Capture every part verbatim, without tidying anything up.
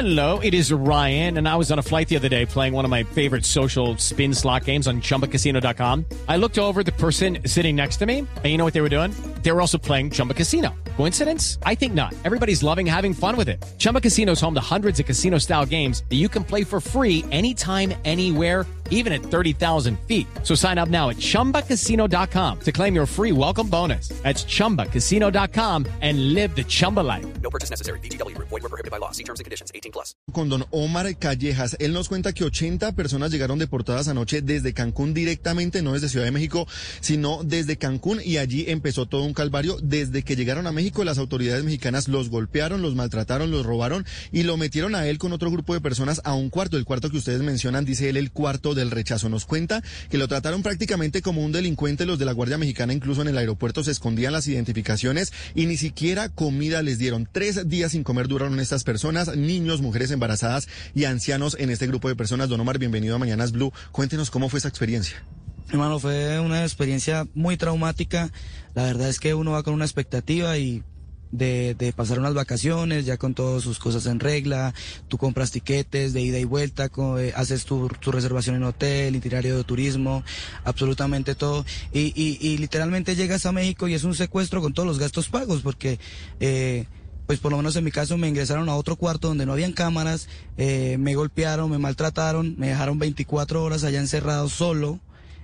Hello, it is Ryan, and I was on a flight the other day playing one of my favorite social spin slot games on Chumba Casino dot com. I looked over at the person sitting next to me, and you know what they were doing? They were also playing Chumba Casino. Coincidence? I think not. Everybody's loving having fun with it. Chumba Casino is home to hundreds of casino-style games that you can play for free anytime, anywhere, even at thirty thousand feet. So sign up now at Chumba Casino dot com to claim your free welcome bonus. That's Chumba Casino dot com and live the Chumba life. No purchase necessary. V G W. Void where prohibited by law. See terms and conditions. eighteen plus. Con don Omar Callejas, él nos cuenta que ochenta personas llegaron deportadas anoche desde Cancún directamente, no desde Ciudad de México, sino desde Cancún, y allí empezó todo un calvario. Desde que llegaron a México, las autoridades mexicanas los golpearon, los maltrataron, los robaron y lo metieron a él con otro grupo de personas a un cuarto, el cuarto que ustedes mencionan, dice él, el cuarto del rechazo. Nos cuenta que lo trataron prácticamente como un delincuente. Los de la Guardia Mexicana incluso en el aeropuerto se escondían las identificaciones y ni siquiera comida les dieron. Tres días sin comer duraron estas personas, niños, mujeres embarazadas y ancianos en este grupo de personas. Don Omar, bienvenido a Mañanas Blue. Cuéntenos cómo fue esa experiencia. Hermano, fue una experiencia muy traumática. La verdad es que uno va con una expectativa y de, de pasar unas vacaciones, ya con todas sus cosas en regla, tú compras tiquetes de ida y vuelta, con, eh, haces tu, tu reservación en hotel, itinerario de turismo, absolutamente todo, y, y, y literalmente llegas a México y es un secuestro con todos los gastos pagos, porque eh, pues por lo menos en mi caso me ingresaron a otro cuarto donde no habían cámaras, eh, me golpearon, me maltrataron, me dejaron veinticuatro horas allá encerrado solo,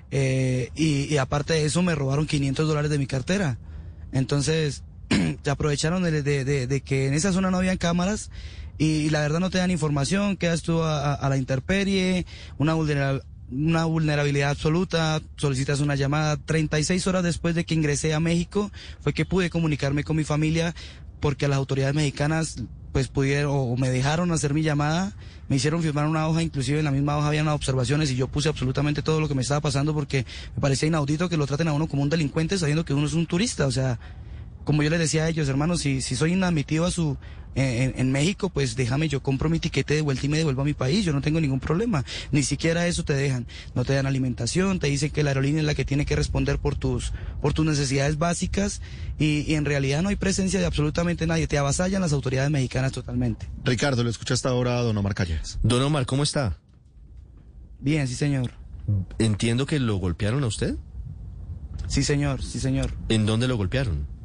eh, y, y aparte de eso me robaron quinientos dólares de mi cartera. Entonces se aprovecharon de, de, de, de que en esa zona no habían cámaras y, y la verdad no te dan información, quedas tú a, a la intemperie, una vulnerabilidad, una vulnerabilidad absoluta, solicitas una llamada. Treinta y seis horas después de que ingresé a México fue que pude comunicarme con mi familia, porque las autoridades mexicanas pues pudieron o me dejaron hacer mi llamada, me hicieron firmar una hoja, inclusive en la misma hoja había unas observaciones y yo puse absolutamente todo lo que me estaba pasando, porque me parecía inaudito que lo traten a uno como un delincuente sabiendo que uno es un turista. O sea, como yo les decía a ellos, hermanos, si, si soy inadmitido a su, en, en México, pues déjame, yo compro mi tiquete de vuelta y me devuelvo a mi país, yo no tengo ningún problema. Ni siquiera eso te dejan, no te dan alimentación, te dicen que la aerolínea es la que tiene que responder por tus, por tus necesidades básicas y, y en realidad no hay presencia de absolutamente nadie, te avasallan las autoridades mexicanas totalmente. Ricardo, lo escucha hasta ahora a don Omar Callejas. Don Omar, ¿cómo está? Bien, sí señor. Entiendo que lo golpearon a usted. Sí señor, sí señor. ¿En dónde lo golpearon?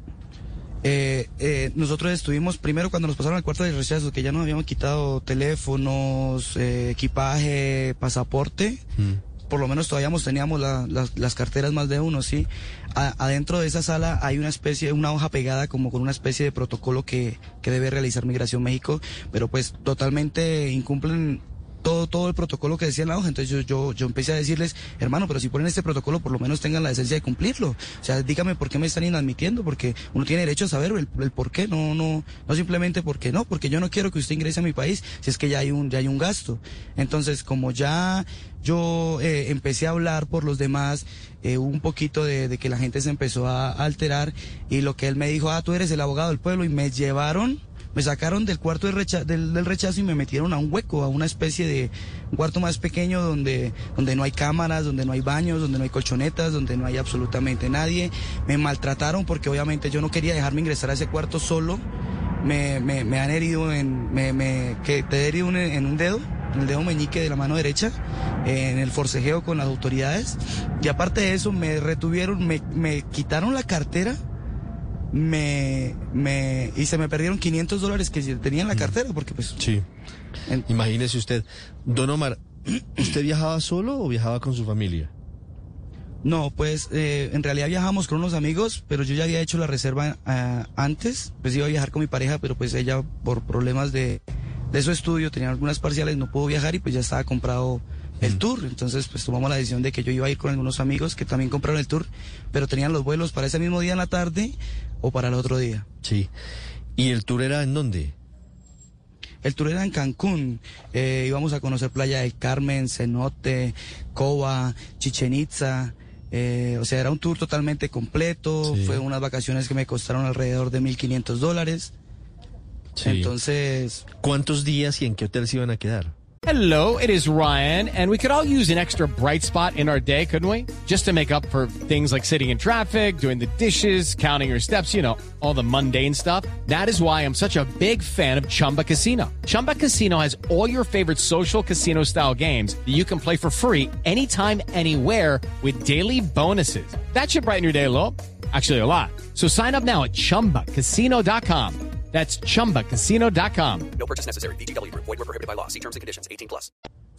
Eh, eh, nosotros estuvimos primero cuando nos pasaron al cuarto de rechazo, que ya nos habíamos quitado teléfonos, eh, equipaje, pasaporte. Mm. Por lo menos todavía teníamos la, la, las carteras más de uno, sí. A, adentro de esa sala hay una especie, una hoja pegada como con una especie de protocolo que, que debe realizar Migración México, pero pues totalmente incumplen todo todo el protocolo que decía en la hoja. Entonces yo, yo yo empecé a decirles, hermano, pero si ponen este protocolo, por lo menos tengan la decencia de cumplirlo. O sea, dígame por qué me están inadmitiendo, porque uno tiene derecho a saber el, el por qué, no no no simplemente porque no, porque yo no quiero que usted ingrese a mi país si es que ya hay un ya hay un gasto. Entonces, como ya yo eh, empecé a hablar por los demás, eh, un poquito de, de que la gente se empezó a, a alterar, y lo que él me dijo, ah, tú eres el abogado del pueblo, y me llevaron, me sacaron del cuarto de recha del, del rechazo y me metieron a un hueco, a una especie de un cuarto más pequeño donde, donde no hay cámaras, donde no hay baños, donde no hay colchonetas, donde no hay absolutamente nadie. Me maltrataron porque obviamente yo no quería dejarme ingresar a ese cuarto solo. Me, me, me han herido en, me, me, que te he herido en, en un dedo, en el dedo meñique de la mano derecha, en el forcejeo con las autoridades. Y aparte de eso me retuvieron, me, me quitaron la cartera. Me, me, y se me perdieron quinientos dólares que tenía en la cartera, porque pues... Sí, en... imagínese usted. Don Omar, ¿usted viajaba solo o viajaba con su familia? No, pues eh, en realidad viajamos con unos amigos, pero yo ya había hecho la reserva uh, antes, pues iba a viajar con mi pareja, pero pues ella por problemas de, de su estudio, tenía algunas parciales, no pudo viajar y pues ya estaba comprado el tour. Entonces pues tomamos la decisión de que yo iba a ir con algunos amigos que también compraron el tour, pero tenían los vuelos para ese mismo día en la tarde o para el otro día. Sí. ¿Y el tour era en dónde? El tour era en Cancún, eh, íbamos a conocer Playa del Carmen, Cenote, Coba, Chichén Itzá, eh, o sea, era un tour totalmente completo, sí. Fue unas vacaciones que me costaron alrededor de mil quinientos dólares. Sí. Entonces... ¿Cuántos días y en qué hotel se iban a quedar? Hello, it is Ryan, and we could all use an extra bright spot in our day, couldn't we? Just to make up for things like sitting in traffic, doing the dishes, counting your steps, you know, all the mundane stuff. That is why I'm such a big fan of Chumba Casino. Chumba Casino has all your favorite social casino-style games that you can play for free anytime, anywhere with daily bonuses. That should brighten your day a little. Actually, a lot. So sign up now at chumba casino dot com. That's chumba casino dot com. No purchase necessary. V G W Group. Void where prohibited by law. See terms and conditions. eighteen plus.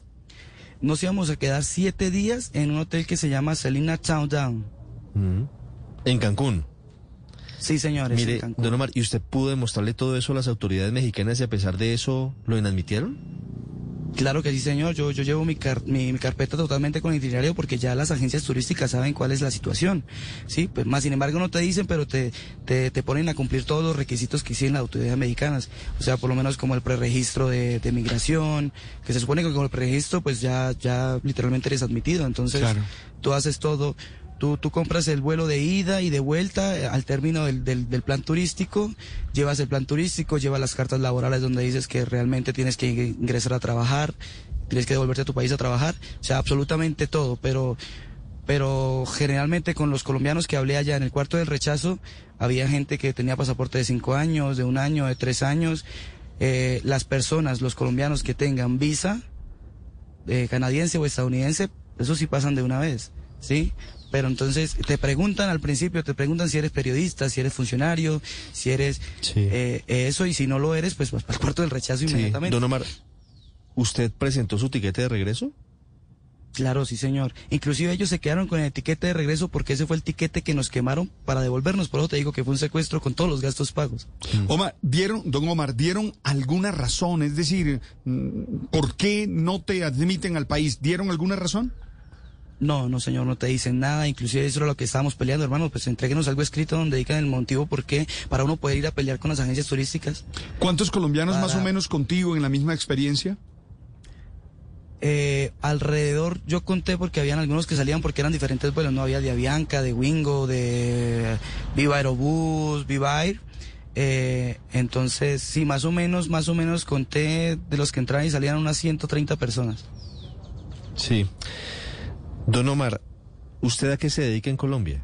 Nos íbamos a quedar siete días en un hotel que se llama Selina Town Down. Mm. En Cancún. Sí, señores. Mire, en Cancún. don Omar, ¿y usted pudo demostrarle todo eso a las autoridades mexicanas y a pesar de eso lo inadmitieron? Claro que sí, señor. Yo, yo llevo mi, car mi, mi carpeta totalmente con el itinerario porque ya las agencias turísticas saben cuál es la situación. Sí, pues más sin embargo no te dicen, pero te, te, te ponen a cumplir todos los requisitos que exigen las autoridades mexicanas. O sea, por lo menos como el preregistro de, de migración, que se supone que con el preregistro pues ya, ya literalmente eres admitido. Entonces, claro, tú haces todo. Tú, tú compras el vuelo de ida y de vuelta al término del, del, del plan turístico, llevas el plan turístico, llevas las cartas laborales donde dices que realmente tienes que ingresar a trabajar, tienes que devolverte a tu país a trabajar, o sea, absolutamente todo, pero, pero generalmente con los colombianos que hablé allá en el cuarto del rechazo, había gente que tenía pasaporte de cinco años, de un año, de tres años, eh, las personas, los colombianos que tengan visa eh, canadiense o estadounidense, eso sí pasan de una vez, ¿sí? Pero entonces te preguntan al principio, te preguntan si eres periodista, si eres funcionario, si eres sí. eh, eso, y si no lo eres, pues vas para el cuarto del rechazo sí. inmediatamente. Don Omar, ¿usted presentó su tiquete de regreso? Claro, sí, señor. Inclusive ellos se quedaron con el tiquete de regreso porque ese fue el tiquete que nos quemaron para devolvernos. Por eso te digo que fue un secuestro con todos los gastos pagos. Omar, ¿dieron, don Omar, ¿dieron alguna razón? Es decir, ¿por qué no te admiten al país? ¿Dieron alguna razón? No, no, señor, no te dicen nada. Inclusive eso era lo que estábamos peleando, hermano. Pues entréguenos algo escrito donde digan el motivo por qué, para uno poder ir a pelear con las agencias turísticas. ¿Cuántos colombianos para... más o menos contigo en la misma experiencia? Eh, alrededor, yo conté porque habían algunos que salían porque eran diferentes vuelos, no había de Avianca, de Wingo, de Viva Aerobús, Viva Air. Eh, entonces, sí, más o menos, más o menos conté de los que entraban y salían unas ciento treinta personas. Sí. Don Omar, ¿usted a qué se dedica en Colombia?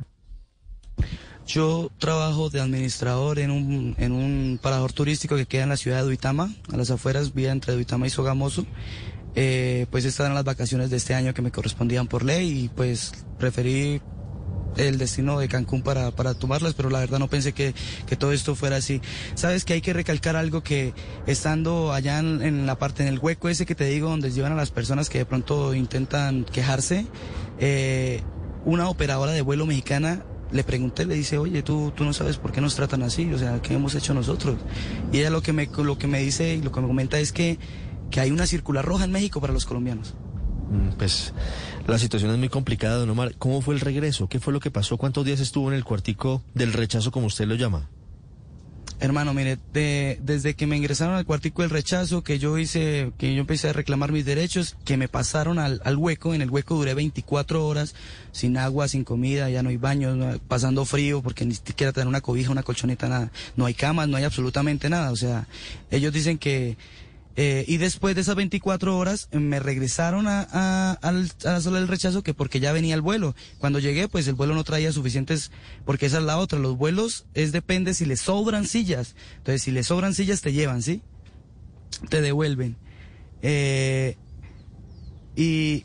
Yo trabajo de administrador en un, en un parador turístico que queda en la ciudad de Duitama, a las afueras, vía entre Duitama y Sogamoso. Eh, pues estas eran las vacaciones de este año que me correspondían por ley y pues preferí el destino de Cancún para, para tomarlas, pero la verdad no pensé que, que todo esto fuera así. Sabes que hay que recalcar algo, que estando allá en, en la parte, en el hueco ese que te digo, donde llevan a las personas que de pronto intentan quejarse, eh, una operadora de vuelo mexicana le pregunté, le dice, oye, tú, tú no sabes por qué nos tratan así, o sea, ¿qué hemos hecho nosotros? Y ella lo que me, lo que me dice y lo que me comenta es que, que hay una circular roja en México para los colombianos. Pues la situación es muy complicada, don Omar. ¿Cómo fue el regreso? ¿Qué fue lo que pasó? ¿Cuántos días estuvo en el cuartico del rechazo, como usted lo llama? Hermano, mire, de, desde que me ingresaron al cuartico del rechazo, que yo hice, que yo empecé a reclamar mis derechos, que me pasaron al, al hueco, en el hueco duré veinticuatro horas, sin agua, sin comida, ya no hay baños, no, pasando frío, porque ni siquiera tener una cobija, una colchoneta, nada. No hay camas, no hay absolutamente nada, o sea, ellos dicen que... Eh, y después de esas veinticuatro horas eh, me regresaron a, a, a, a la sala del rechazo, que porque ya venía el vuelo. Cuando llegué, pues el vuelo no traía suficientes, porque esa es la otra, los vuelos es depende si les sobran sillas. Entonces, si les sobran sillas te llevan, ¿sí? Te devuelven. Eh, y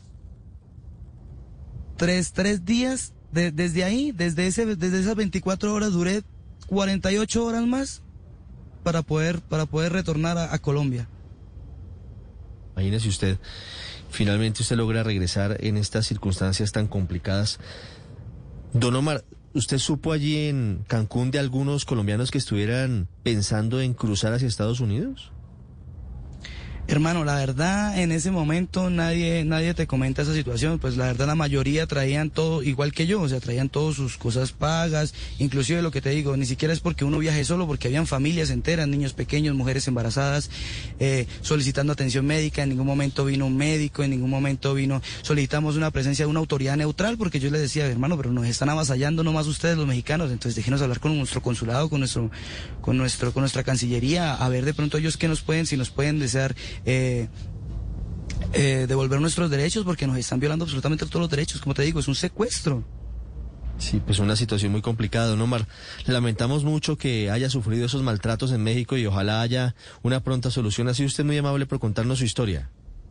tres, tres días, de, desde ahí, desde, ese, desde esas veinticuatro horas, duré cuarenta y ocho horas más para poder, para poder retornar a, a Colombia. Imagínese usted, finalmente usted logra regresar en estas circunstancias tan complicadas. Don Omar, ¿usted supo allí en Cancún de algunos colombianos que estuvieran pensando en cruzar hacia Estados Unidos? Hermano, la verdad, en ese momento nadie nadie te comenta esa situación, pues la verdad la mayoría traían todo igual que yo, o sea, traían todas sus cosas pagas, inclusive lo que te digo, ni siquiera es porque uno viaje solo, porque habían familias enteras, niños pequeños, mujeres embarazadas, eh, solicitando atención médica, en ningún momento vino un médico, en ningún momento vino, solicitamos una presencia de una autoridad neutral, porque yo les decía, hermano, pero nos están avasallando nomás ustedes los mexicanos, entonces déjenos hablar con nuestro consulado, con nuestro, con nuestro, con nuestra cancillería, a ver de pronto ellos qué nos pueden, si nos pueden desear, Eh, Eh, devolver nuestros derechos porque nos están violando absolutamente todos los derechos. Como te digo, es un secuestro. Sí, pues una situación muy complicada, don Omar. Lamentamos mucho que haya sufrido esos maltratos en México y ojalá haya una pronta solución. Ha sido usted muy amable por contarnos su historia.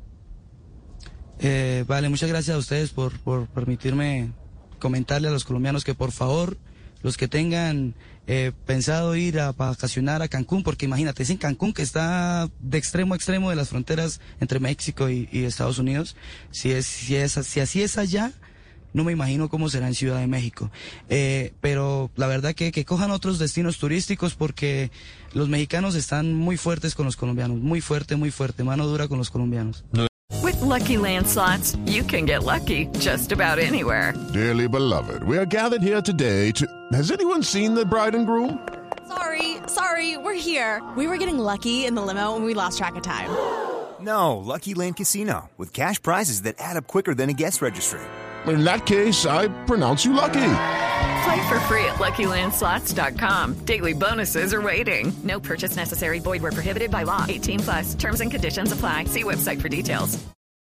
Eh, vale, muchas gracias a ustedes por, por permitirme comentarle a los colombianos que por favor, los que tengan eh, pensado ir a vacacionar a Cancún, porque imagínate, es en Cancún que está de extremo a extremo de las fronteras entre México y, y Estados Unidos. Si, es, si, es, si así es allá, no me imagino cómo será en Ciudad de México. Eh, pero la verdad que, que cojan otros destinos turísticos porque los mexicanos están muy fuertes con los colombianos, muy fuerte, muy fuerte, mano dura con los colombianos. No. With Lucky Land Slots, you can get lucky just about anywhere. Dearly beloved, we are gathered here today to... Has anyone seen the bride and groom? Sorry, sorry, we're here. We were getting lucky in the limo and we lost track of time. No, Lucky Land Casino, with cash prizes that add up quicker than a guest registry. In that case, I pronounce you lucky. Play for free at Lucky Land Slots dot com. Daily bonuses are waiting. No purchase necessary. Void where prohibited by law. eighteen plus. Terms and conditions apply. See website for details.